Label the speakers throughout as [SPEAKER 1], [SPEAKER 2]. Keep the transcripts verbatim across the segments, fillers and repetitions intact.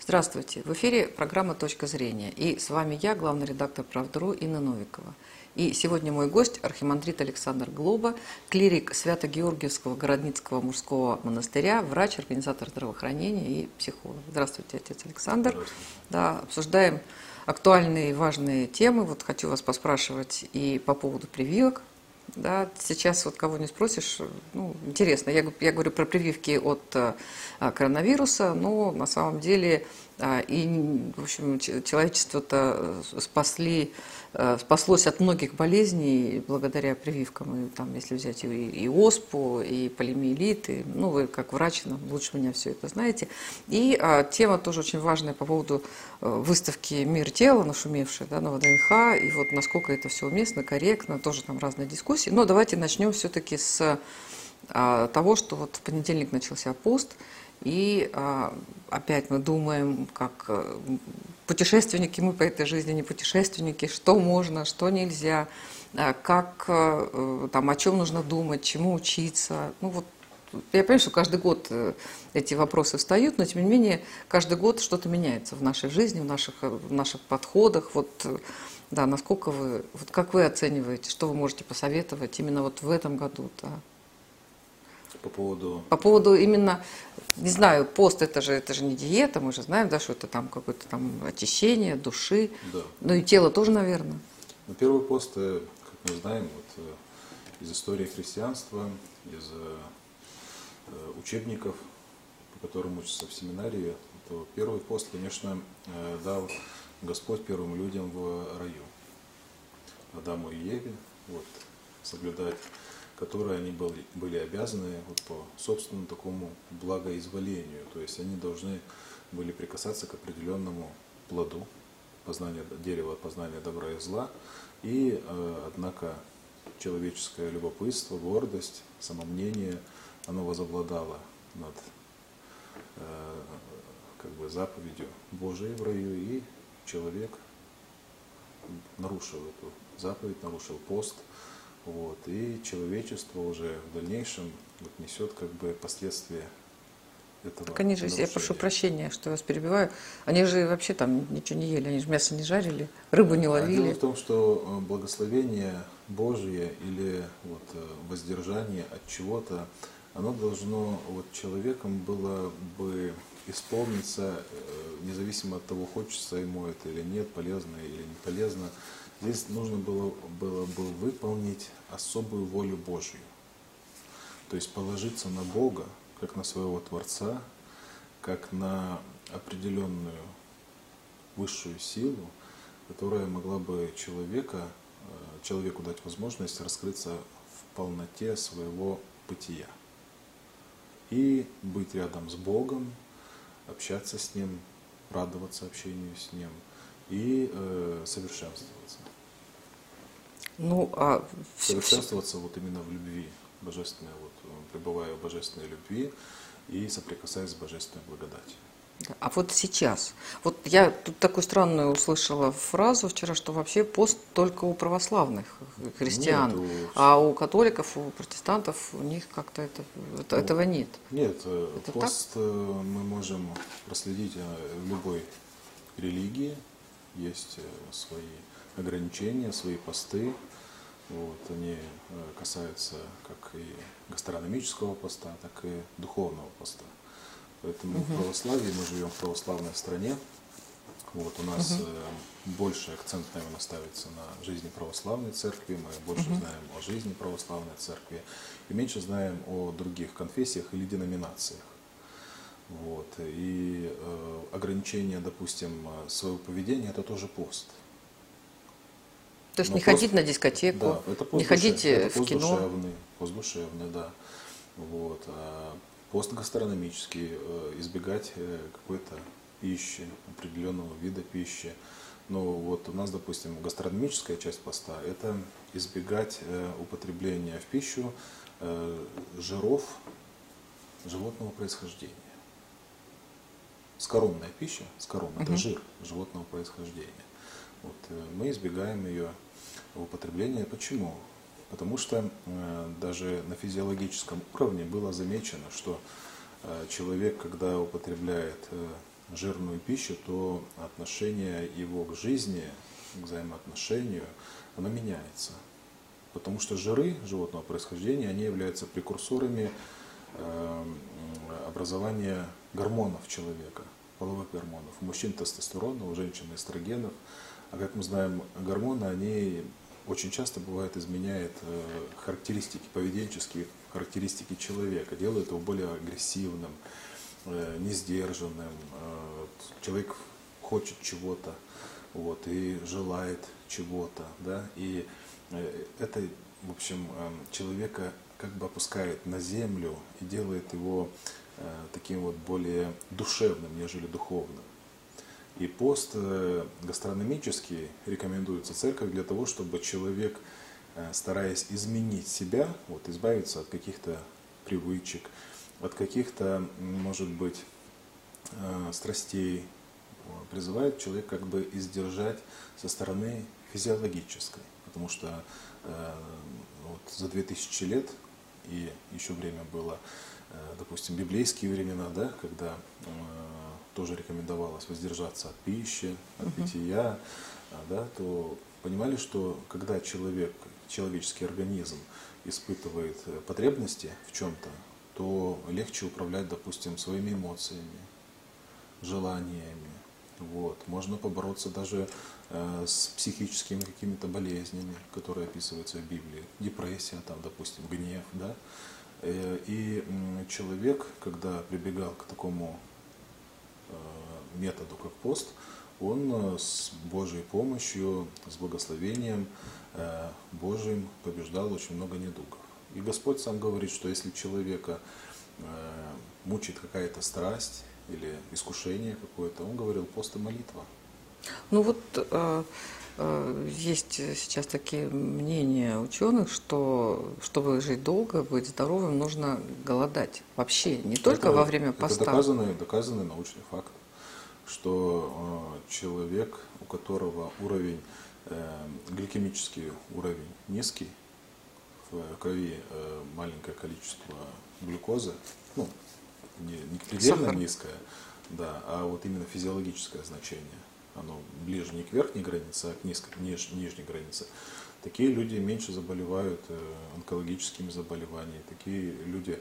[SPEAKER 1] Здравствуйте! В эфире программа «Точка зрения». И с вами я, главный редактор «Правда.ру» Инна Новикова. И сегодня мой гость – архимандрит Александр Глоба, клирик Свято-Георгиевского Городницкого мужского монастыря, врач, организатор здравоохранения и психолог. Здравствуйте, отец Александр.
[SPEAKER 2] Здравствуйте.
[SPEAKER 1] Да, обсуждаем актуальные и важные темы. Вот хочу вас поспрашивать и по поводу прививок. Да, сейчас вот кого не спросишь, ну, интересно, я, я говорю про прививки от а, коронавируса, но на самом деле а, и, в общем, человечество-то спасли, а, спаслось от многих болезней благодаря прививкам, и, там, если взять и, и оспу, и полиомиелит, и, ну, вы как врач нам лучше меня все это знаете. И а, тема тоже очень важная по поводу а, выставки «Мир тела», нашумевшей, да, на ВДНХ, и вот насколько это все уместно, корректно, тоже там разные дискуссии. Но давайте начнем все-таки с а, того, что вот в понедельник начался пост, и а, опять мы думаем, как а, путешественники, мы по этой жизни не путешественники, что можно, что нельзя, а, как, а, там, о чем нужно думать, чему учиться. Ну, вот, я понимаю, что каждый год эти вопросы встают, но тем не менее каждый год что-то меняется в нашей жизни, в наших, в наших подходах. Вот, да, насколько вы, вот как вы оцениваете, что вы можете посоветовать именно вот в этом году? Да?
[SPEAKER 2] По поводу...
[SPEAKER 1] По поводу именно, не знаю, пост, это же, это же не диета, мы же знаем, да, что это там какое-то там очищение души,
[SPEAKER 2] Да.
[SPEAKER 1] Ну и тело тоже, наверное.
[SPEAKER 2] Но первый пост, как мы знаем, вот, из истории христианства, из учебников, по которым учатся в семинарии, то первый пост, конечно, дал Господь первым людям в раю, Адаму и Еве, вот, соблюдать, которые они были, были обязаны вот, по собственному такому благоизволению. То есть они должны были прикасаться к определенному плоду, познания, дерева познания добра и зла. И, э, однако, человеческое любопытство, гордость, самомнение, оно возобладало над э, как бы заповедью Божией в раю, и человек нарушил эту заповедь, нарушил пост. Вот, и человечество уже в дальнейшем вот, несет как бы последствия этого.
[SPEAKER 1] Так они же,
[SPEAKER 2] нарушения.
[SPEAKER 1] я прошу прощения, что я вас перебиваю, они же вообще там ничего не ели, они же мясо не жарили, рыбу не
[SPEAKER 2] А
[SPEAKER 1] ловили.
[SPEAKER 2] дело в том, что благословение Божие или вот, воздержание от чего-то, оно должно вот, человеком было бы исполниться, независимо от того, хочется ему это или нет, полезно или не полезно. Здесь нужно было, было бы выполнить особую волю Божью. То есть положиться на Бога, как на своего Творца, как на определенную высшую силу, которая могла бы человека, человеку дать возможность раскрыться в полноте своего бытия. И быть рядом с Богом, общаться с Ним, радоваться общению с Ним и э, совершенствоваться.
[SPEAKER 1] Ну, а...
[SPEAKER 2] Совершенствоваться вот именно в любви божественной, вот, пребывая в божественной любви и соприкасаясь с божественной благодатью.
[SPEAKER 1] А вот сейчас, вот я тут такую странную услышала фразу вчера, что вообще пост только у православных христиан,
[SPEAKER 2] Нет, у...
[SPEAKER 1] а у католиков, у протестантов у них как-то это, это, этого нет.
[SPEAKER 2] Нет,
[SPEAKER 1] это
[SPEAKER 2] пост так? Мы можем проследить в любой религии, есть свои ограничения, свои посты. Вот, они касаются как и гастрономического поста, так и духовного поста. Поэтому угу. в православии, мы живем в православной стране, вот, у нас угу. больше акцент, наверное, ставится на жизни православной церкви, мы больше угу. знаем о жизни православной церкви и меньше знаем о других конфессиях или деноминациях. Вот, и э, ограничение, допустим, своего поведения – это тоже пост.
[SPEAKER 1] То есть
[SPEAKER 2] Но
[SPEAKER 1] не
[SPEAKER 2] пост,
[SPEAKER 1] ходить на дискотеку,
[SPEAKER 2] да, это пост
[SPEAKER 1] не ходить
[SPEAKER 2] это
[SPEAKER 1] в
[SPEAKER 2] пост
[SPEAKER 1] кино.
[SPEAKER 2] Душевный, пост душевный, да. Вот. А пост гастрономический, избегать какой-то пищи, определенного вида пищи. Но вот у нас, допустим, гастрономическая часть поста – это избегать употребления в пищу жиров животного происхождения. Скоромная пища, скором – это угу. жир животного происхождения. Вот, мы избегаем ее употребления. Почему? Потому что э, даже на физиологическом уровне было замечено, что э, человек, когда употребляет э, жирную пищу, то отношение его к жизни, к взаимоотношению, оно меняется. Потому что жиры животного происхождения, они являются прекурсорами э, образования гормонов человека, половых гормонов. У мужчин тестостерона, у женщин эстрогенов. А как мы знаем, гормоны, они очень часто бывает изменяют э, характеристики, поведенческие характеристики человека, делают его более агрессивным, э, несдержанным. Э, человек хочет чего-то, вот, и желает чего-то, да, и э, это, в общем, э, человека как бы опускает на землю и делает его э, таким вот более душевным, нежели духовным. И пост э, гастрономический рекомендуется церковь для того, чтобы человек, э, стараясь изменить себя, вот, избавиться от каких-то привычек, от каких-то, может быть, э, страстей, призывает человек как бы издержать со стороны физиологической. Потому что э, вот за две тысячи лет, и еще время было, э, допустим, библейские времена, да, когда э, тоже рекомендовалось воздержаться от пищи, от питья, да, то понимали, что когда человек, человеческий организм испытывает потребности в чем-то, то легче управлять, допустим, своими эмоциями, желаниями. Вот. Можно побороться даже э, с психическими какими-то болезнями, которые описываются в Библии. Депрессия, там, допустим, гнев. Да? Э, и э, человек, когда прибегал к такому э, методу, как пост, он э, с Божьей помощью, с благословением э, Божьим побеждал очень много недугов. И Господь сам говорит, что если человека э, мучает какая-то страсть, или искушение какое-то, он говорил пост и молитва.
[SPEAKER 1] Ну вот э, э, есть сейчас такие мнения ученых, что чтобы жить долго, быть здоровым, нужно голодать. Вообще, не только
[SPEAKER 2] это,
[SPEAKER 1] во время поста.
[SPEAKER 2] Это доказанный, доказанный научный факт, что э, человек, у которого уровень, э, гликемический уровень низкий, в крови э, маленькое количество глюкозы, ну, не, не предельно
[SPEAKER 1] Сахар.
[SPEAKER 2] низкое, да, а вот именно физиологическое значение, оно ближе не к верхней границе, а к низкой, ниж, нижней границе. Такие люди меньше заболевают э, онкологическими заболеваниями, такие люди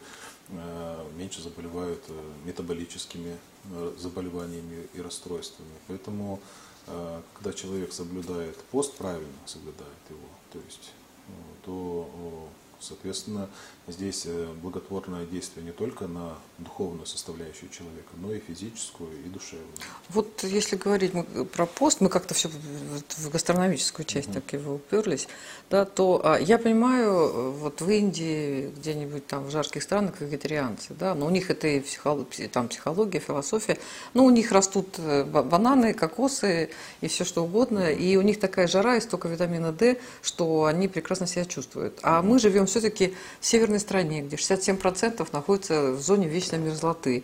[SPEAKER 2] э, меньше заболевают э, метаболическими э, заболеваниями и расстройствами. Поэтому, э, когда человек соблюдает пост, правильно соблюдает его, то есть, э, то э, соответственно, здесь благотворное действие не только на духовную составляющую человека, но и физическую, и душевную.
[SPEAKER 1] Вот если говорить про пост, мы как-то все в гастрономическую часть
[SPEAKER 2] Uh-huh.
[SPEAKER 1] так его уперлись, да, то а, я понимаю, вот в Индии, где-нибудь там в жарких странах вегетарианцы, да, но у них это и психология, там психология, философия, но у них растут бананы, кокосы и все что угодно, uh-huh. и у них такая жара и столько витамина D, что они прекрасно себя чувствуют. А uh-huh. мы живем все-таки в северной стране, где шестьдесят семь процентов находится в зоне вечной мерзлоты.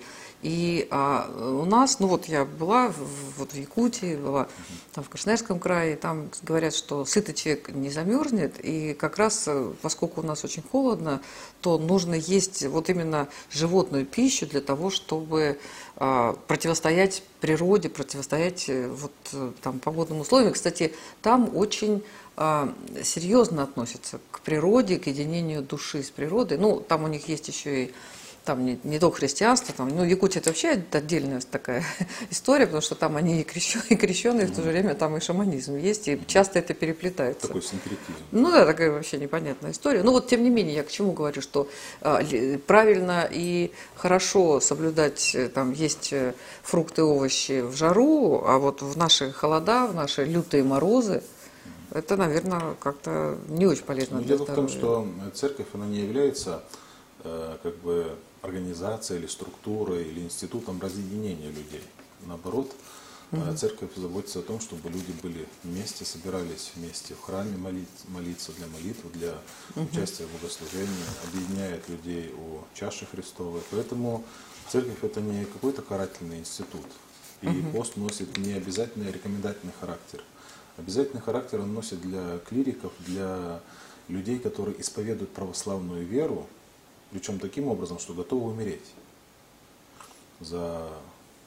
[SPEAKER 1] И а, у нас, ну вот я была в, вот в Якутии, была там в Красноярском крае, там говорят, что сытый человек не замерзнет, и как раз, поскольку у нас очень холодно, то нужно есть вот именно животную пищу для того, чтобы а, противостоять природе, противостоять вот там погодным условиям. Кстати, там очень а, серьезно относятся к природе, к единению души с природой. Ну, там у них есть еще и там не, не только христианство, там, ну, Якутия это вообще отдельная такая история, потому что там они и крещеные, и крещеные, в то же время там и шаманизм есть, и часто это переплетается.
[SPEAKER 2] Такой синкретизм.
[SPEAKER 1] Ну да, такая вообще непонятная история. Ну вот, тем не менее, я к чему говорю, что а, правильно и хорошо соблюдать, там, есть фрукты, овощи в жару, а вот в наши холода, в наши лютые морозы, это, наверное, как-то не очень полезно
[SPEAKER 2] Но
[SPEAKER 1] для
[SPEAKER 2] дело
[SPEAKER 1] здоровья.
[SPEAKER 2] в том, что церковь, она не является э, как бы организацией или структурой или институтом разъединения людей. Наоборот, mm-hmm. церковь заботится о том, чтобы люди были вместе, собирались вместе в храме молиться, молиться для молитвы, для mm-hmm. участия в богослужении, объединяет людей у чаши Христовой. Поэтому церковь это не какой-то карательный институт. И mm-hmm. пост носит не обязательный рекомендательный характер. Обязательный характер он носит для клириков, для людей, которые исповедуют православную веру, причем таким образом, что готовы умереть за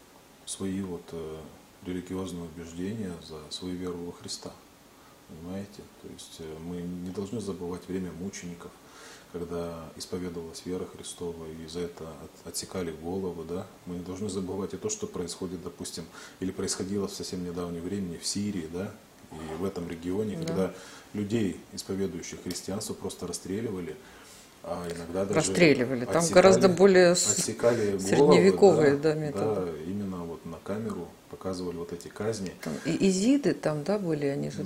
[SPEAKER 2] свои вот э, религиозные убеждения, за свою веру во Христа. Понимаете? То есть э, мы не должны забывать время мучеников, когда исповедовалась вера Христова, и за это от- отсекали головы, да, мы не должны забывать и то, что происходит, допустим, или происходило в совсем недавнем времени в Сирии, да, и в этом регионе,
[SPEAKER 1] Да.
[SPEAKER 2] когда людей, исповедующих христианство, просто расстреливали, а иногда даже
[SPEAKER 1] Расстреливали. Там
[SPEAKER 2] отсекали-
[SPEAKER 1] гораздо более с-
[SPEAKER 2] отсекали головы,
[SPEAKER 1] средневековые,
[SPEAKER 2] да,
[SPEAKER 1] да, методы.
[SPEAKER 2] да, именно вот на камеру показывали вот эти казни.
[SPEAKER 1] Там и изиды там, да, были, они же,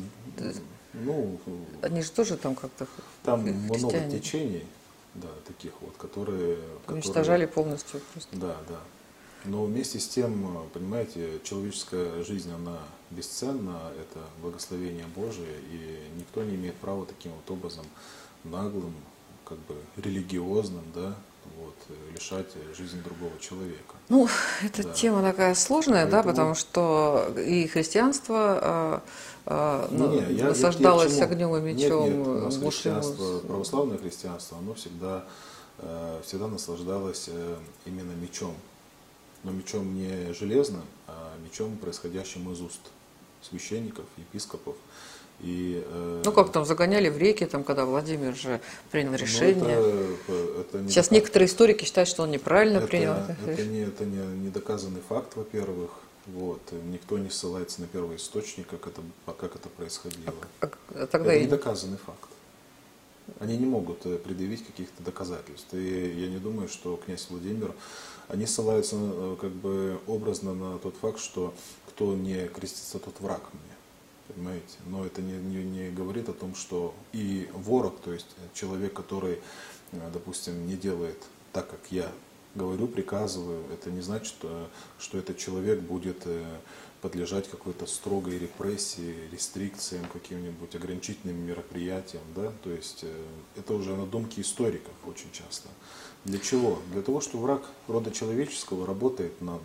[SPEAKER 2] Ну,
[SPEAKER 1] они же тоже там как-то
[SPEAKER 2] там
[SPEAKER 1] хри-
[SPEAKER 2] много
[SPEAKER 1] христиане.
[SPEAKER 2] течений, да, таких вот, которые...
[SPEAKER 1] Уничтожали
[SPEAKER 2] которые-
[SPEAKER 1] полностью просто.
[SPEAKER 2] Да, да. Но вместе с тем, понимаете, человеческая жизнь, она бесценна, это благословение Божие, и никто не имеет права таким вот образом наглым, как бы религиозным, да, вот, лишать жизни другого человека.
[SPEAKER 1] Ну, эта
[SPEAKER 2] Да.
[SPEAKER 1] тема такая сложная, да,
[SPEAKER 2] Поэтому-
[SPEAKER 1] потому что и христианство а, а,
[SPEAKER 2] Не,
[SPEAKER 1] на-
[SPEAKER 2] не, я- я- я
[SPEAKER 1] насаждалось
[SPEAKER 2] к чему?
[SPEAKER 1] огнем и
[SPEAKER 2] Нет,
[SPEAKER 1] мечом.
[SPEAKER 2] нет, у нас
[SPEAKER 1] муж ему
[SPEAKER 2] христианство,
[SPEAKER 1] с-
[SPEAKER 2] православное христианство, оно всегда, э, всегда наслаждалось э, именно мечом. Но мечом не железным, а мечом, происходящим из уст священников, епископов. И, э,
[SPEAKER 1] Ну, как там, загоняли в реки, там, когда Владимир же принял
[SPEAKER 2] ну,
[SPEAKER 1] решение.
[SPEAKER 2] это, это не
[SPEAKER 1] Сейчас
[SPEAKER 2] дока-
[SPEAKER 1] некоторые историки считают, что он неправильно
[SPEAKER 2] это,
[SPEAKER 1] принял это
[SPEAKER 2] это,
[SPEAKER 1] решение.
[SPEAKER 2] не, это не, не доказанный факт, во-первых. Вот. Никто не ссылается на первый источник, как это, как это происходило.
[SPEAKER 1] А- а тогда
[SPEAKER 2] Это
[SPEAKER 1] и-
[SPEAKER 2] не доказанный факт. Они не могут э, предъявить каких-то доказательств. И я не думаю, что князь Владимир, они ссылаются э, как бы образно на тот факт, что кто не крестится, тот враг мне. Понимаете? Но это не, не, не говорит о том, что и ворог, то есть человек, который, э, допустим, не делает так, как я говорю, приказываю, это не значит, что, что этот человек будет э, подлежать какой-то строгой репрессии, рестрикциям, каким-нибудь ограничительным мероприятиям, да, то есть э, это уже надумки историков очень часто. Для чего? Для того, что враг рода человеческого работает над,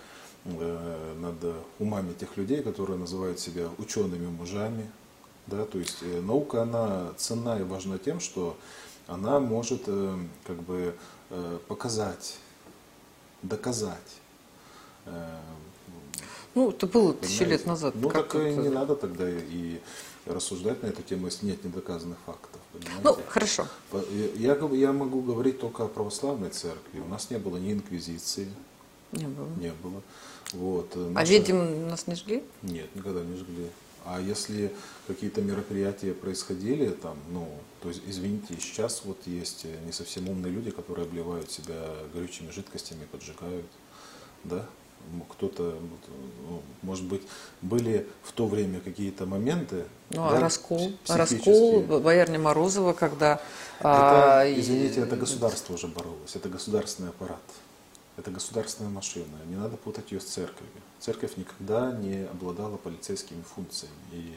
[SPEAKER 2] э, над умами тех людей, которые называют себя учеными мужами, да, то есть э, наука, она ценна и важна тем, что она может э, как бы э, показать, доказать. э,
[SPEAKER 1] Ну, это было тысячи
[SPEAKER 2] Понимаете?
[SPEAKER 1] лет назад.
[SPEAKER 2] Ну
[SPEAKER 1] Как
[SPEAKER 2] так и
[SPEAKER 1] это-
[SPEAKER 2] не надо тогда и рассуждать на эту тему, если нет недоказанных фактов. Понимаете?
[SPEAKER 1] Ну, хорошо.
[SPEAKER 2] По- Я, гов- я могу говорить только о православной церкви. У нас не было ни инквизиции,
[SPEAKER 1] Не было.
[SPEAKER 2] не было. Вот, э,
[SPEAKER 1] А
[SPEAKER 2] наша-
[SPEAKER 1] ведьм нас не жгли?
[SPEAKER 2] Нет, никогда не жгли. А если какие-то мероприятия происходили там, ну, то есть, извините, сейчас вот есть э, не совсем умные люди, которые обливают себя горючими жидкостями, поджигают, да? М, Кто-то, вот, ну, может быть, были в то время какие-то моменты.
[SPEAKER 1] Ну, а
[SPEAKER 2] да,
[SPEAKER 1] раскол?
[SPEAKER 2] пс-
[SPEAKER 1] А раскол
[SPEAKER 2] психические.
[SPEAKER 1] боярня Морозова, когда...
[SPEAKER 2] Это,
[SPEAKER 1] а, и-
[SPEAKER 2] извините, это государство уже боролось, это государственный аппарат, это государственная машина, не надо путать ее с церковью. Церковь никогда не обладала полицейскими функциями, и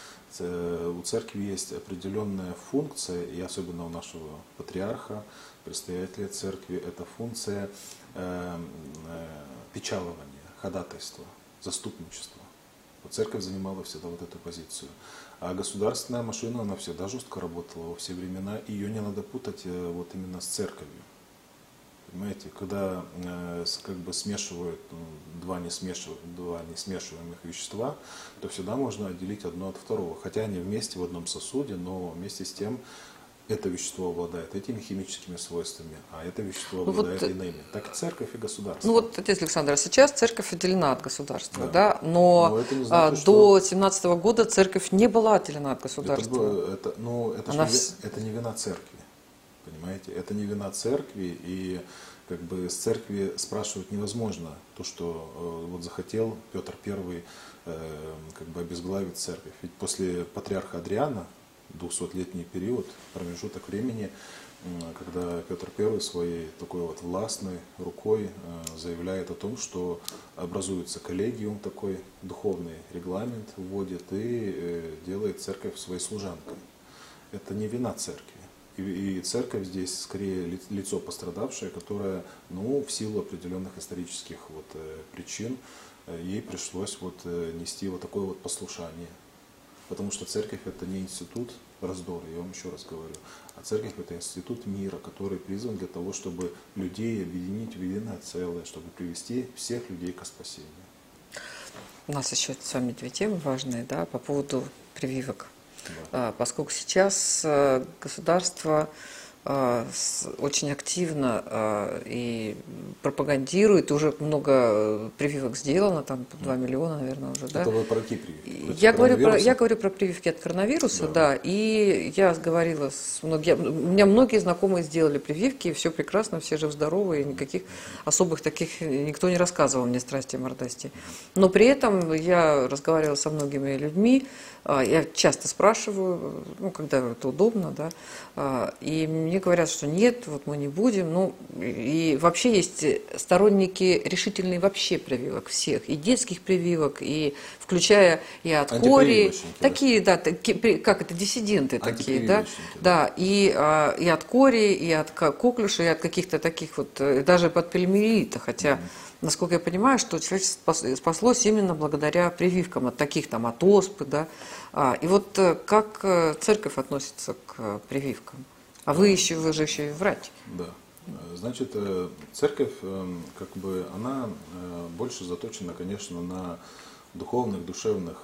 [SPEAKER 2] ц- у церкви есть определенная функция, и особенно у нашего патриарха, предстоятеля церкви, это функция э, э, печалования, ходатайства, заступничества. Вот церковь занимала всегда вот эту позицию. А государственная машина, она всегда жестко работала во все времена, и ее не надо путать э, вот именно с церковью. Понимаете, когда э, с- как бы смешивают ну, два, не смешив- два несмешиваемых вещества, то всегда можно отделить одно от второго. Хотя они вместе в одном сосуде, но вместе с тем это вещество обладает этими химическими свойствами, а это вещество
[SPEAKER 1] Ну, вот,
[SPEAKER 2] обладает
[SPEAKER 1] э,
[SPEAKER 2] иными. Так и церковь и государство.
[SPEAKER 1] Ну вот, отец Александр, сейчас церковь отделена от государства,
[SPEAKER 2] Да.
[SPEAKER 1] да, но,
[SPEAKER 2] Но это не
[SPEAKER 1] а,
[SPEAKER 2] значит,
[SPEAKER 1] до
[SPEAKER 2] что-
[SPEAKER 1] семнадцатого года церковь не была отделена от
[SPEAKER 2] Это,
[SPEAKER 1] государства.
[SPEAKER 2] было- это, ну, это, ж
[SPEAKER 1] Она
[SPEAKER 2] не, ви-
[SPEAKER 1] вс-
[SPEAKER 2] это не вина церкви, понимаете? Это не вина церкви, и как бы с церкви спрашивать невозможно то, что э, вот захотел Петр Первый э, как бы обезглавить церковь. Ведь после патриарха Адриана, двухсотлетний период, промежуток времени, м, когда Петр Первый своей такой вот властной рукой э, заявляет о том, что образуется коллегиум такой, духовный регламент вводит и э, делает церковь своей служанкой. Это не вина церкви. И, и церковь здесь скорее ли- лицо пострадавшее, которое, ну, в силу определенных исторических вот, э, причин, э, ей пришлось вот, э, нести вот такое вот послушание. Потому что церковь это не институт, раздоры, я вам еще раз говорю. А церковь это институт мира, который призван для того, чтобы людей объединить в единое целое, чтобы привести всех людей ко спасению.
[SPEAKER 1] У нас еще с вами две темы важные, да, по поводу прививок.
[SPEAKER 2] Да.
[SPEAKER 1] А, поскольку сейчас а, государство а, с, очень активно а, и пропагандирует, уже много прививок сделано, там два миллиона, наверное, уже, да?
[SPEAKER 2] Это вы про какие прививки?
[SPEAKER 1] Я говорю про, я говорю про прививки от коронавируса, да.
[SPEAKER 2] Да.
[SPEAKER 1] да, и я говорила с многими, у меня многие знакомые сделали прививки, и все прекрасно, все живы-здоровы, и никаких особых таких, никто не рассказывал мне страсти и мордасти. Но при этом я разговаривала со многими людьми, я часто спрашиваю, ну, когда это удобно, да, и мне говорят, что нет, вот мы не будем, ну, и вообще есть сторонники решительные вообще прививок всех, и детских прививок, и включая и от кори, такие, да, такие, как это, диссиденты такие, да, да, да, и, и от кори, и от коклюша, и от каких-то таких вот, даже под полиомиелита, хотя, насколько я понимаю, что человечество спаслось именно благодаря прививкам от таких там, от оспы, да, а, и вот как церковь относится к прививкам? А вы еще, вы же еще и врач.
[SPEAKER 2] Да. Значит, церковь, как бы, она больше заточена, конечно, на духовных, душевных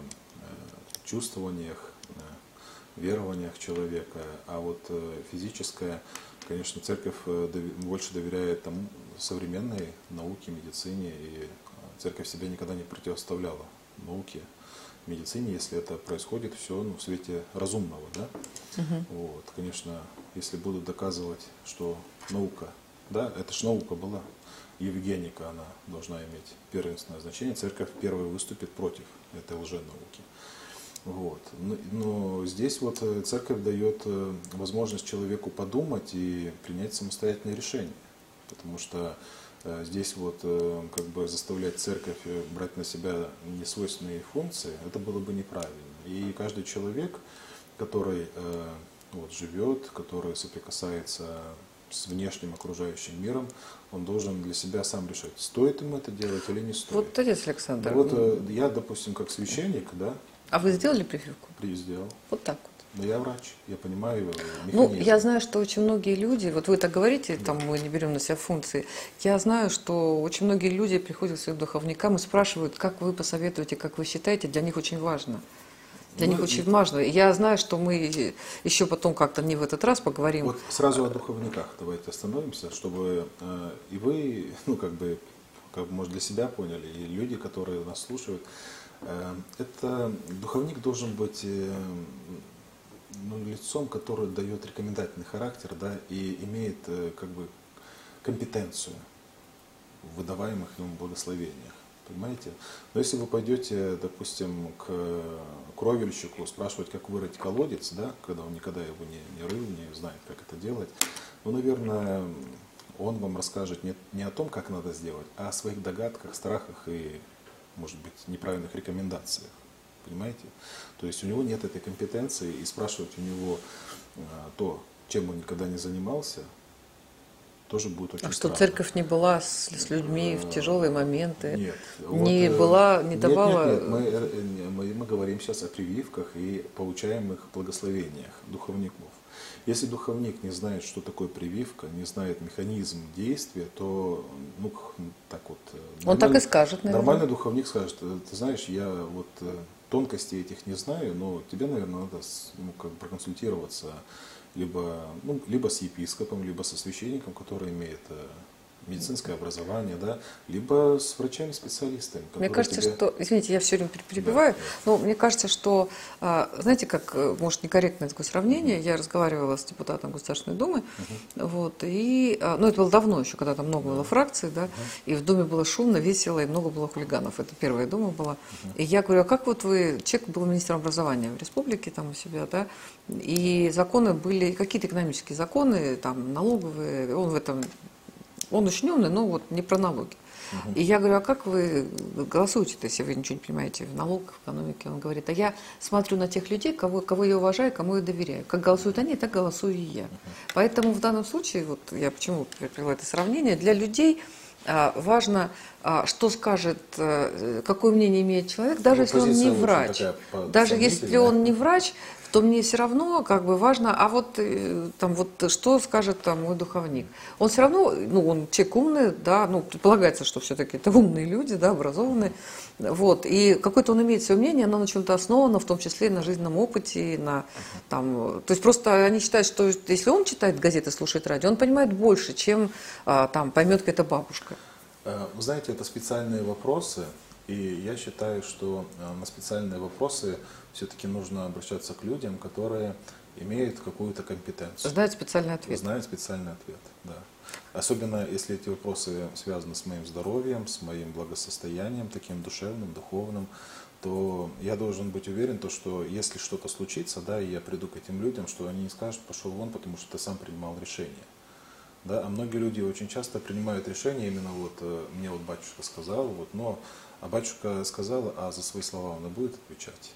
[SPEAKER 2] чувствованиях, верованиях человека, а вот физическое, конечно, церковь больше доверяет тому, современной науке, медицине, и церковь себя никогда не противоставляла науке, медицине, если это происходит все, ну, в свете разумного, да. Угу. Вот, конечно, если будут доказывать, что наука, да, это ж наука была, евгеника, она должна иметь первенственное значение, церковь первой выступит против этой лженауки. Вот. Но, но здесь вот церковь дает возможность человеку подумать и принять самостоятельное решение, потому что здесь вот как бы заставлять церковь брать на себя несвойственные функции, это было бы неправильно. И каждый человек, который вот, живет, который соприкасается с внешним окружающим миром, он должен для себя сам решать, стоит ему это делать или не стоит.
[SPEAKER 1] Вот, отец Александр.
[SPEAKER 2] Вот я, допустим, как священник, да.
[SPEAKER 1] А вы сделали прививку?
[SPEAKER 2] Сделал.
[SPEAKER 1] Вот так вот.
[SPEAKER 2] Но я врач, я понимаю механизм.
[SPEAKER 1] Ну, я знаю, что очень многие люди, вот вы так говорите, там мы не берем на себя функции, я знаю, что очень многие люди приходят к своим духовникам и спрашивают, как вы посоветуете, как вы считаете, для них очень важно. Для ну, них очень важно. Я знаю, что мы еще потом как-то не в этот раз поговорим.
[SPEAKER 2] Вот сразу о духовниках давайте остановимся, чтобы э, и вы, ну, как бы, как бы, может, для себя поняли, и люди, которые нас слушают, э, это духовник должен быть... Э, Ну, лицом, которое дает рекомендательный характер, да, и имеет как бы компетенцию в выдаваемых ему благословениях. Понимаете? Но если вы пойдете, допустим, к кровельщику спрашивать, как вырыть колодец, да, когда он никогда его не, не рыл, не знает, как это делать, ну, наверное, он вам расскажет не, не о том, как надо сделать, а о своих догадках, страхах и, может быть, неправильных рекомендациях. Понимаете? То есть у него нет этой компетенции, и спрашивать у него а, то, чем он никогда не занимался, тоже будет очень
[SPEAKER 1] А что,
[SPEAKER 2] странно.
[SPEAKER 1] церковь не была с, с людьми в тяжелые моменты?
[SPEAKER 2] Нет.
[SPEAKER 1] Не
[SPEAKER 2] вот,
[SPEAKER 1] была, не
[SPEAKER 2] нет,
[SPEAKER 1] давала...
[SPEAKER 2] Нет, нет, мы, мы, мы говорим сейчас о прививках и получаемых благословениях духовников. Если духовник не знает, что такое прививка, не знает механизм действия, то, ну, так вот...
[SPEAKER 1] Он так и скажет, наверное.
[SPEAKER 2] Нормальный духовник скажет, ты знаешь, я вот тонкостей этих не знаю, но тебе, наверное, надо, ну, как бы проконсультироваться либо, ну, либо с епископом, либо со священником, который имеет медицинское образование, да, либо с врачами-специалистами.
[SPEAKER 1] Мне кажется,
[SPEAKER 2] тебе...
[SPEAKER 1] что, извините, я все время перебиваю, да, но мне кажется, что, знаете, как, может, некорректное такое сравнение, я разговаривала с депутатом Государственной Думы, uh-huh. вот, и, ну, это было давно еще, когда там много uh-huh. было фракций, да, uh-huh. и в Думе было шумно, весело, и много было хулиганов, это первая Дума была, uh-huh. и я говорю, а как вот вы, человек был министром образования в республике, там у себя, да, и законы были, какие-то экономические законы, там, налоговые, он в этом... Он учненный, но вот не про налоги. Uh-huh. И я говорю, а как вы голосуете-то, если вы ничего не понимаете в налогах, в экономике? Он говорит, а я смотрю на тех людей, кого, кого я уважаю, кому я доверяю. Как голосуют они, так голосую и я. Uh-huh. Поэтому в данном случае, вот я почему привела это сравнение, для людей, а, важно, а, что скажет, а, какое мнение имеет человек, даже
[SPEAKER 2] Ну,
[SPEAKER 1] если он не
[SPEAKER 2] позиция очень
[SPEAKER 1] врач.
[SPEAKER 2] такая по-
[SPEAKER 1] Даже если
[SPEAKER 2] сомнительная.
[SPEAKER 1] он не врач, то мне все равно как бы важно, а вот э, там вот что скажет там мой духовник. Он все равно, ну, он человек умный, да, ну, предполагается, что все-таки это умные люди, да, образованные, вот, и какое-то он имеет свое мнение, оно на чем-то основано, в том числе и на жизненном опыте, и на, там, то есть просто они считают, что если он читает газеты, слушает радио, он понимает больше, чем а, там поймет какая-то бабушка.
[SPEAKER 2] Э, Вы знаете, это специальные вопросы, и я считаю, что э, на специальные вопросы все-таки нужно обращаться к людям, которые имеют какую-то компетенцию.
[SPEAKER 1] Знает специальный ответ.
[SPEAKER 2] Знают специальный ответ, да. Особенно если эти вопросы связаны с моим здоровьем, с моим благосостоянием, таким душевным, духовным, то я должен быть уверен, то, что если что-то случится, да, и я приду к этим людям, что они не скажут, пошел вон, потому что ты сам принимал решение. Да, а многие люди очень часто принимают решения, именно вот э, мне вот батюшка сказал, вот, но а батюшка сказал, а за свои слова он и будет отвечать.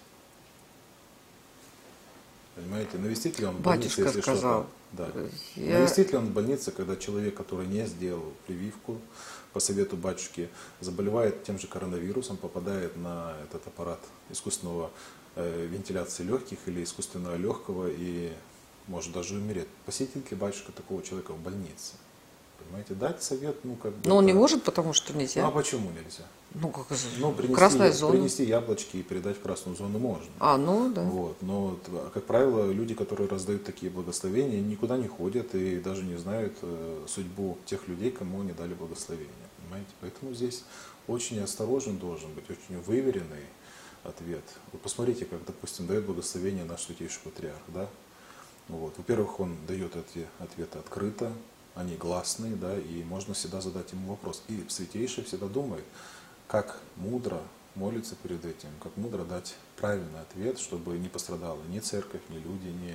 [SPEAKER 2] Понимаете, навестит ли он в больнице,
[SPEAKER 1] Батюшка
[SPEAKER 2] если
[SPEAKER 1] сказал.
[SPEAKER 2] что-то? Да.
[SPEAKER 1] Я-
[SPEAKER 2] Навестит ли он в больнице, когда человек, который не сделал прививку по совету батюшки, заболевает тем же коронавирусом, попадает на этот аппарат искусственного э, вентиляции легких или искусственного легкого и может даже умереть. Посетит ли батюшка такого человека в больнице? Понимаете, дать совет, ну как бы...
[SPEAKER 1] Но он не
[SPEAKER 2] это-
[SPEAKER 1] может, потому что
[SPEAKER 2] Ну а
[SPEAKER 1] нельзя.
[SPEAKER 2] почему нельзя?
[SPEAKER 1] Ну, как из-
[SPEAKER 2] Ну, принести,
[SPEAKER 1] красная зона.
[SPEAKER 2] принести яблочки и передать в красную зону можно.
[SPEAKER 1] А, ну да.
[SPEAKER 2] Вот. Но, т- как правило, люди, которые раздают такие благословения, никуда не ходят и даже не знают э, судьбу тех людей, кому они дали благословение. Понимаете? Поэтому здесь очень осторожен должен быть, очень выверенный ответ. Вы посмотрите, как, допустим, дает благословение наш святейший патриарх. Да? Вот. Во-первых, он дает эти ответы открыто, они гласные, да, и можно всегда задать ему вопрос. И святейший всегда думает, как мудро молиться перед этим, как мудро дать правильный ответ, чтобы не пострадала ни церковь, ни люди, ни,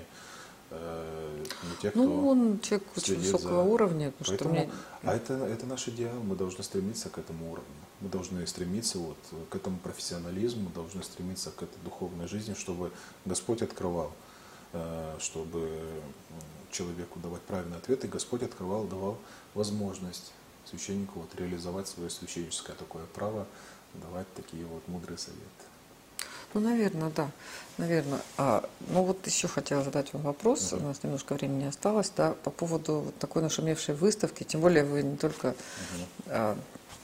[SPEAKER 2] э, ни те, кто
[SPEAKER 1] Ну, он человек очень
[SPEAKER 2] следит
[SPEAKER 1] высокого
[SPEAKER 2] за-
[SPEAKER 1] уровня, потому что
[SPEAKER 2] Поэтому,
[SPEAKER 1] мне...
[SPEAKER 2] а это, это наш идеал, мы должны стремиться к этому уровню. Мы должны стремиться вот к этому профессионализму, должны стремиться к этой духовной жизни, чтобы Господь открывал, э, чтобы м, человеку давать правильный ответ, и Господь открывал, давал возможность священнику вот реализовать свое священническое такое право, давать такие вот мудрые советы.
[SPEAKER 1] Ну, наверное, да. Наверное. А, ну, вот еще хотела задать вам вопрос.
[SPEAKER 2] Мгм.
[SPEAKER 1] У нас немножко времени осталось, да, по поводу вот такой нашумевшей выставки. Тем более вы не только а,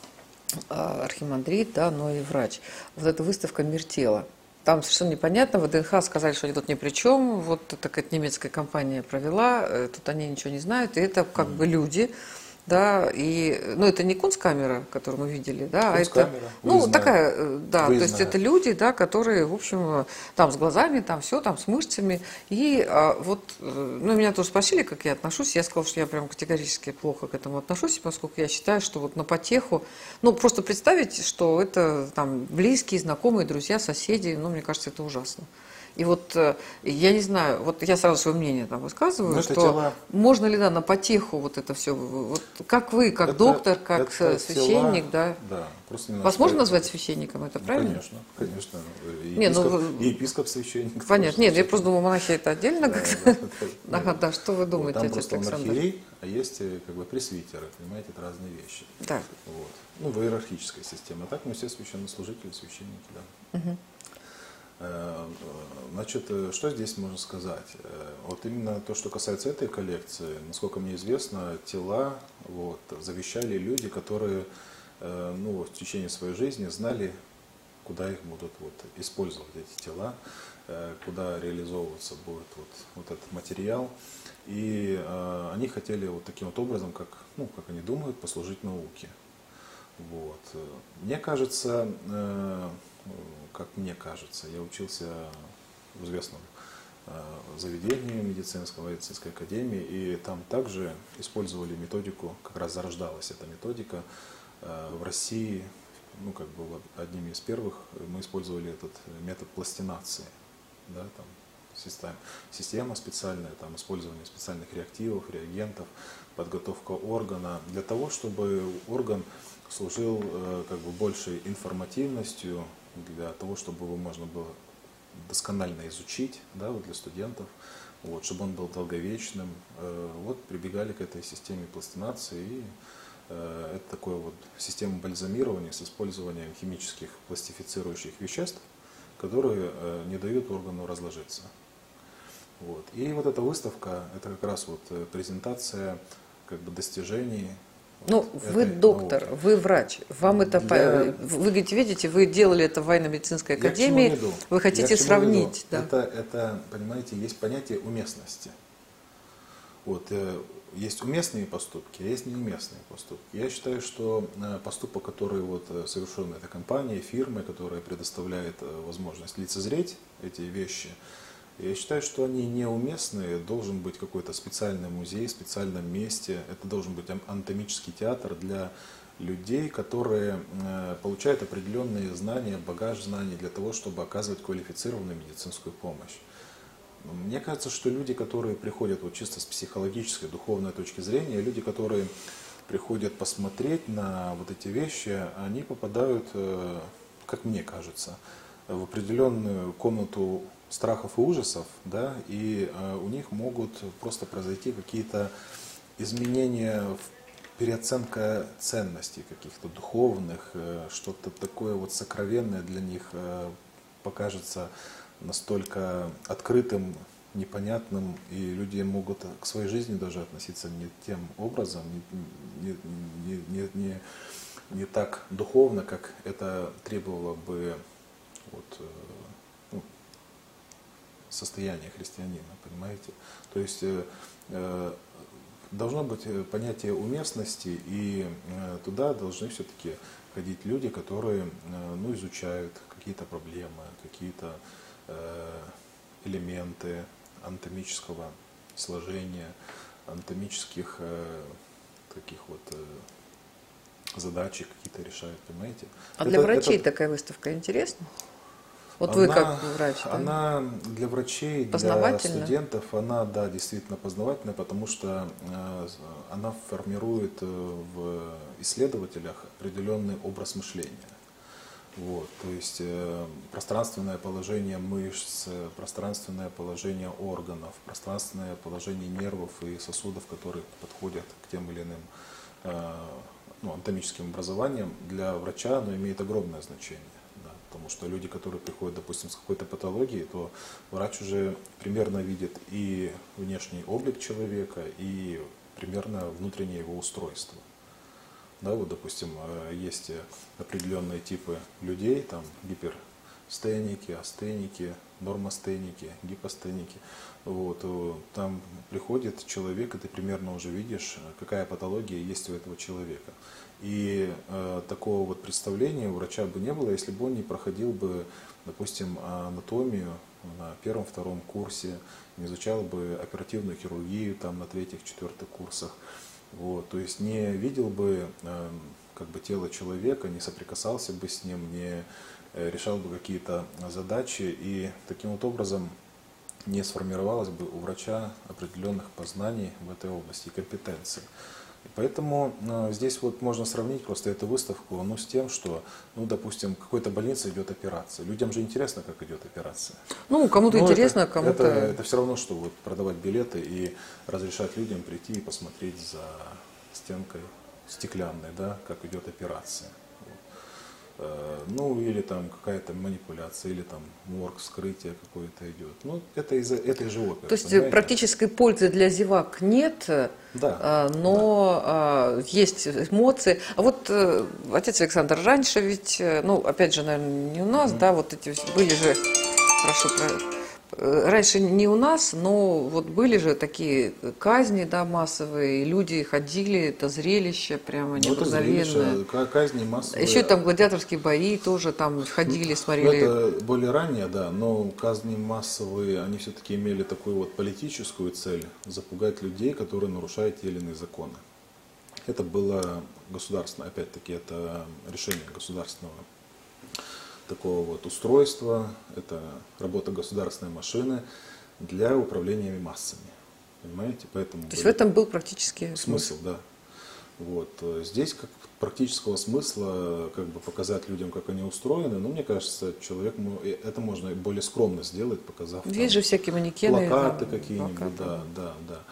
[SPEAKER 1] а, архимандрит, да, но и врач. Вот эта выставка «Мир тела». Там совершенно непонятно, в ВДНХ сказали, что они тут ни при чем, вот такая немецкая компания провела, э, тут они ничего не знают, и это как бы люди, да, и, ну, это не кунсткамера, которую мы видели, да, а это,
[SPEAKER 2] Кунсткамера,
[SPEAKER 1] ну,
[SPEAKER 2] выездная.
[SPEAKER 1] такая, э, да, то есть
[SPEAKER 2] Выездная.
[SPEAKER 1] это люди, да, которые, в общем, там с глазами, там все, там с мышцами, и а, вот, э, ну, меня тоже спросили, как я отношусь, я сказала, что я прям категорически плохо к этому отношусь, поскольку я считаю, что вот на потеху, ну, просто представить, что это там близкие, знакомые, друзья, соседи, ну, мне кажется, это ужасно. И вот э, я не знаю, вот я сразу свое мнение там высказываю,
[SPEAKER 2] Ну, это
[SPEAKER 1] что
[SPEAKER 2] тела-
[SPEAKER 1] можно ли, да, на потеху вот это все, вот как вы, как
[SPEAKER 2] Это-
[SPEAKER 1] доктор, как
[SPEAKER 2] это
[SPEAKER 1] э, священник,
[SPEAKER 2] тела-
[SPEAKER 1] да,
[SPEAKER 2] Да, просто не
[SPEAKER 1] вас
[SPEAKER 2] надо
[SPEAKER 1] можно
[SPEAKER 2] сказать-
[SPEAKER 1] назвать священником, это
[SPEAKER 2] Ну,
[SPEAKER 1] правильно?
[SPEAKER 2] конечно, конечно. И
[SPEAKER 1] Не, ну,
[SPEAKER 2] епископ,
[SPEAKER 1] вы-
[SPEAKER 2] и епископ священник.
[SPEAKER 1] Понятно.
[SPEAKER 2] тоже
[SPEAKER 1] Нет, я
[SPEAKER 2] священник.
[SPEAKER 1] просто думаю, монахи это отдельно
[SPEAKER 2] Да,
[SPEAKER 1] как-то.
[SPEAKER 2] да, это-
[SPEAKER 1] Ага, да, что вы
[SPEAKER 2] Вот,
[SPEAKER 1] думаете,
[SPEAKER 2] там
[SPEAKER 1] отец
[SPEAKER 2] просто он
[SPEAKER 1] Александр?
[SPEAKER 2] архиерей, а есть э, как бы пресвитеры, понимаете, это разные вещи.
[SPEAKER 1] Да.
[SPEAKER 2] Вот. Ну, в иерархической системе. А так мы все священнослужители, священники, да.
[SPEAKER 1] Мгм.
[SPEAKER 2] Э, Значит, э, что здесь можно сказать? Э, Вот именно то, что касается этой коллекции, насколько мне известно, тела вот, завещали люди, которые э, ну, в течение своей жизни знали, куда их будут вот, использовать, эти тела, э, куда реализовываться будет вот, вот этот материал. И э, они хотели вот таким вот образом, как, ну, как они думают, послужить науке. Вот. Мне кажется, э, как мне кажется, я учился в известном э, заведении медицинском, в медицинской академии, и там также использовали методику, как раз зарождалась эта методика э, в России, ну, как бы одними из первых мы использовали этот метод пластинации, да, там, система, система специальная, там, использование специальных реактивов, реагентов, подготовка органа, для того, чтобы орган служил э, как бы большей информативностью, для того, чтобы его можно было досконально изучить, да, вот для студентов, вот, чтобы он был долговечным. Э, вот прибегали к этой системе пластинации и Это такое вот система бальзамирования с использованием химических пластифицирующих веществ, которые не дают органу разложиться. Вот. И вот эта выставка, это как раз вот презентация как бы достижений.
[SPEAKER 1] Ну,
[SPEAKER 2] вот
[SPEAKER 1] вы доктор,
[SPEAKER 2] науки.
[SPEAKER 1] вы врач, вам это,
[SPEAKER 2] Для...
[SPEAKER 1] вы говорите, видите, вы делали это в военно-медицинской академии, вы хотите сравнить. Да.
[SPEAKER 2] Это, это, понимаете, есть понятие уместности. Вот, есть уместные поступки, а есть неуместные поступки. Я считаю, что поступок, который вот совершен этой компанией, фирмой, которая предоставляет возможность лицезреть эти вещи, я считаю, что они неуместные. Должен быть какой-то специальный музей, в специальном месте. Это должен быть анатомический театр для людей, которые получают определенные знания, багаж знаний для того, чтобы оказывать квалифицированную медицинскую помощь. Мне кажется, что люди, которые приходят вот чисто с психологической, духовной точки зрения, люди, которые приходят посмотреть на вот эти вещи, они попадают, как мне кажется, в определенную комнату страхов и ужасов, да, и у них могут просто произойти какие-то изменения, переоценка ценностей каких-то духовных, что-то такое вот сокровенное для них покажется настолько открытым, непонятным, и люди могут к своей жизни даже относиться не тем образом, не, не, не, не, не так духовно, как это требовало бы вот, ну, состояние христианина, понимаете? То есть э, должно быть понятие уместности, и э, туда должны все-таки ходить люди, которые э, ну, изучают какие-то проблемы, какие-то элементы анатомического сложения, анатомических э, таких вот э, задачи какие-то решают, понимаете?
[SPEAKER 1] А
[SPEAKER 2] это,
[SPEAKER 1] для врачей
[SPEAKER 2] это...
[SPEAKER 1] такая выставка интересна? Вот
[SPEAKER 2] она,
[SPEAKER 1] вы как врач, да?
[SPEAKER 2] Она для врачей, для студентов, она, да, действительно познавательная, потому что э, она формирует в исследователях определенный образ мышления. Вот, то есть э, пространственное положение мышц, пространственное положение органов, пространственное положение нервов и сосудов, которые подходят к тем или иным э, ну, анатомическим образованиям, для врача оно имеет огромное значение. Да, потому что люди, которые приходят, допустим, с какой-то патологией, то врач уже примерно видит и внешний облик человека, и примерно внутреннее его устройство. Да, вот, допустим, есть определенные типы людей, там гиперстеники, астеники, нормостеники, гипостеники. Вот, там приходит человек, и ты примерно уже видишь, какая патология есть у этого человека. И э, такого вот представления у врача бы не было, если бы он не проходил бы, допустим, анатомию на первом-втором курсе, не изучал бы оперативную хирургию там, на третьих-четвертых курсах. Вот, то есть не видел бы э, как бы тело человека, не соприкасался бы с ним, не э, решал бы какие-то задачи, и таким вот образом не сформировалось бы у врача определенных познаний в этой области и компетенций. И поэтому э, здесь вот можно сравнить просто эту выставку ну, с тем, что, ну, допустим, в какой-то больнице идет операция. Людям же интересно, как идет операция.
[SPEAKER 1] Ну, кому-то
[SPEAKER 2] Но
[SPEAKER 1] интересно,
[SPEAKER 2] это,
[SPEAKER 1] кому-то...
[SPEAKER 2] Это, это все равно, что вот продавать билеты и разрешать людям прийти и посмотреть за стенкой стеклянной, да, как идет операция. Ну, или там какая-то манипуляция, или там морг, вскрытие какое-то идет. Ну, это из этой же оперы.
[SPEAKER 1] То есть
[SPEAKER 2] понимаете?
[SPEAKER 1] практической пользы для зевак нет,
[SPEAKER 2] да,
[SPEAKER 1] но
[SPEAKER 2] да.
[SPEAKER 1] есть эмоции. А вот, отец Александр, раньше ведь, ну, опять же, наверное, не у нас, mm-hmm. да, вот эти были же, прошу, раньше не у нас, но вот были же такие казни, да, массовые, и люди ходили, это зрелище прямо необыкновенное.
[SPEAKER 2] Ну, это казни массовые.
[SPEAKER 1] Еще там гладиаторские бои тоже там ходили, смотрели.
[SPEAKER 2] Это более ранее, да, но казни массовые, они все-таки имели такую вот политическую цель, запугать людей, которые нарушают те или иные законы. Это было государственное, опять-таки, это решение государственного такого вот устройства, это работа государственной машины для управления массами. Понимаете? Поэтому
[SPEAKER 1] То есть в этом был практически
[SPEAKER 2] смысл, да. Вот. Здесь как практического смысла как бы показать людям, как они устроены, но мне кажется, человек, это можно более скромно сделать, показав
[SPEAKER 1] есть же всякие манекены,
[SPEAKER 2] плакаты какие-нибудь, да, да, да.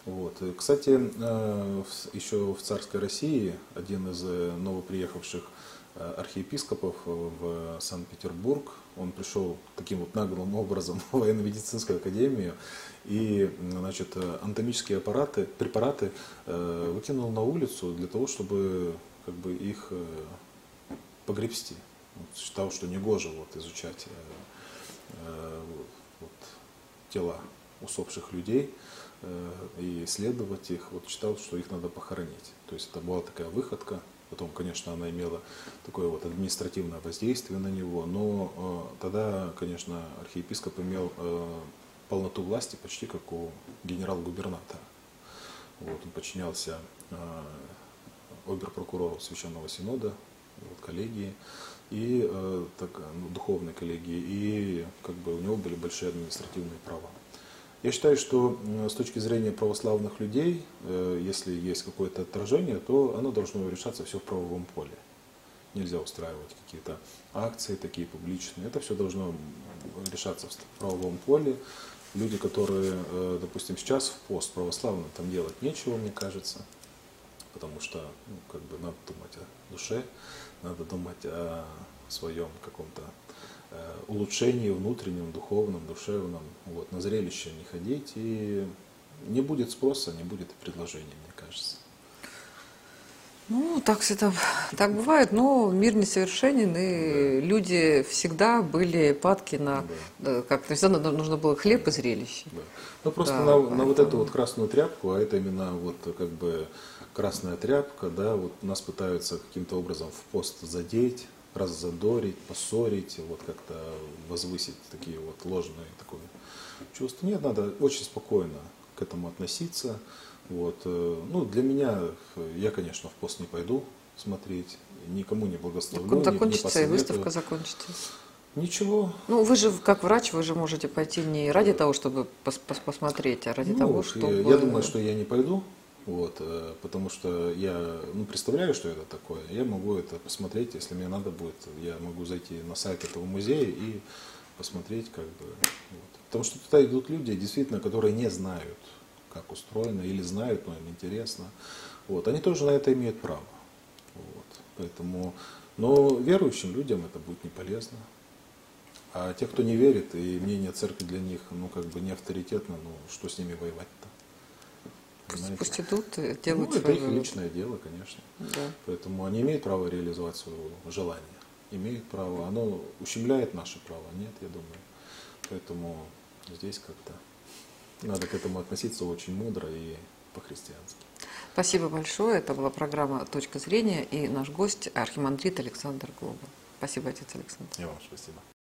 [SPEAKER 2] Вот. И, кстати, э, в- еще в царской России один из э, новоприехавших э, архиепископов в Санкт-Петербург, он пришел таким вот наглым образом в военно-медицинскую академию и, значит, э, анатомические аппараты, препараты э, выкинул на улицу для того, чтобы как бы их э, погребсти. Вот, считал, что негоже вот, изучать э, э, вот, тела усопших людей э, и исследовать их. Вот считал, что их надо похоронить. То есть это была такая выходка. Потом, конечно, она имела такое вот административное воздействие на него, но э, тогда, конечно, архиепископ имел э, полноту власти почти как у генерал-губернатора. Вот, он подчинялся э, обер-прокурору Священного Синода, вот, коллегии, и э, так, ну, духовной коллегии, и как бы у него были большие административные права. Я считаю, что э, с точки зрения православных людей, э, если есть какое-то отторжение, то оно должно решаться все в правовом поле. Нельзя устраивать какие-то акции такие публичные. Это все должно решаться в правовом поле. Люди, которые, э, допустим, сейчас в пост православный, там делать нечего, мне кажется, потому что ну, как бы надо думать о душе, надо думать о своем каком-то э, улучшении внутреннем, духовном, душевном. Вот, на зрелище не ходить, и не будет спроса, не будет и предложения, мне кажется.
[SPEAKER 1] Ну, так всегда, так бывает, но мир несовершенен, и
[SPEAKER 2] Да.
[SPEAKER 1] люди всегда были падки на,
[SPEAKER 2] Да.
[SPEAKER 1] да, как всегда нужно было хлеб и зрелище.
[SPEAKER 2] Да. Ну просто
[SPEAKER 1] Да,
[SPEAKER 2] на, на вот эту
[SPEAKER 1] поэтому-
[SPEAKER 2] вот красную тряпку, а это именно вот как бы красная тряпка, да, вот нас пытаются каким-то образом в пост задеть, раззадорить, поссорить, вот как-то возвысить такие вот ложные такое чувства. Нет, надо очень спокойно к этому относиться. Вот. э, Ну, для меня, э, я, конечно, в пост не пойду смотреть, никому не благословлю,
[SPEAKER 1] Он
[SPEAKER 2] не, не
[SPEAKER 1] закончится, и
[SPEAKER 2] посоветую.
[SPEAKER 1] выставка закончится.
[SPEAKER 2] Ничего.
[SPEAKER 1] Ну, вы же, как врач, вы же можете пойти не ради того, чтобы пос- пос- посмотреть, а ради
[SPEAKER 2] Ну,
[SPEAKER 1] того,
[SPEAKER 2] вот,
[SPEAKER 1] чтобы...
[SPEAKER 2] я, я думаю, что я не пойду, вот, э, потому что я ну, представляю, что это такое. Я могу это посмотреть, если мне надо будет. Я могу зайти на сайт этого музея и посмотреть, как бы. Вот. Потому что туда идут люди, действительно, которые не знают, как устроено, или знают, но им интересно. Вот. Они тоже на это имеют право. Вот. Поэтому, но верующим людям это будет не полезно. А те, кто не верит, и мнение церкви для них, ну, как бы не авторитетно, ну, что с ними воевать-то?
[SPEAKER 1] Пусть,
[SPEAKER 2] Понимаете?
[SPEAKER 1] пусть идут и делают
[SPEAKER 2] Ну, это
[SPEAKER 1] свой
[SPEAKER 2] их
[SPEAKER 1] вывод.
[SPEAKER 2] личное дело, конечно.
[SPEAKER 1] Да.
[SPEAKER 2] Поэтому они имеют право реализовать свое желание. Имеют право. Оно ущемляет наши права? Нет, я думаю. Поэтому здесь как-то надо к этому относиться очень мудро и по-христиански.
[SPEAKER 1] Спасибо большое. Это была программа «Точка зрения» и наш гость архимандрит Александр Глоба. Спасибо, отец Александр.
[SPEAKER 2] И вам спасибо.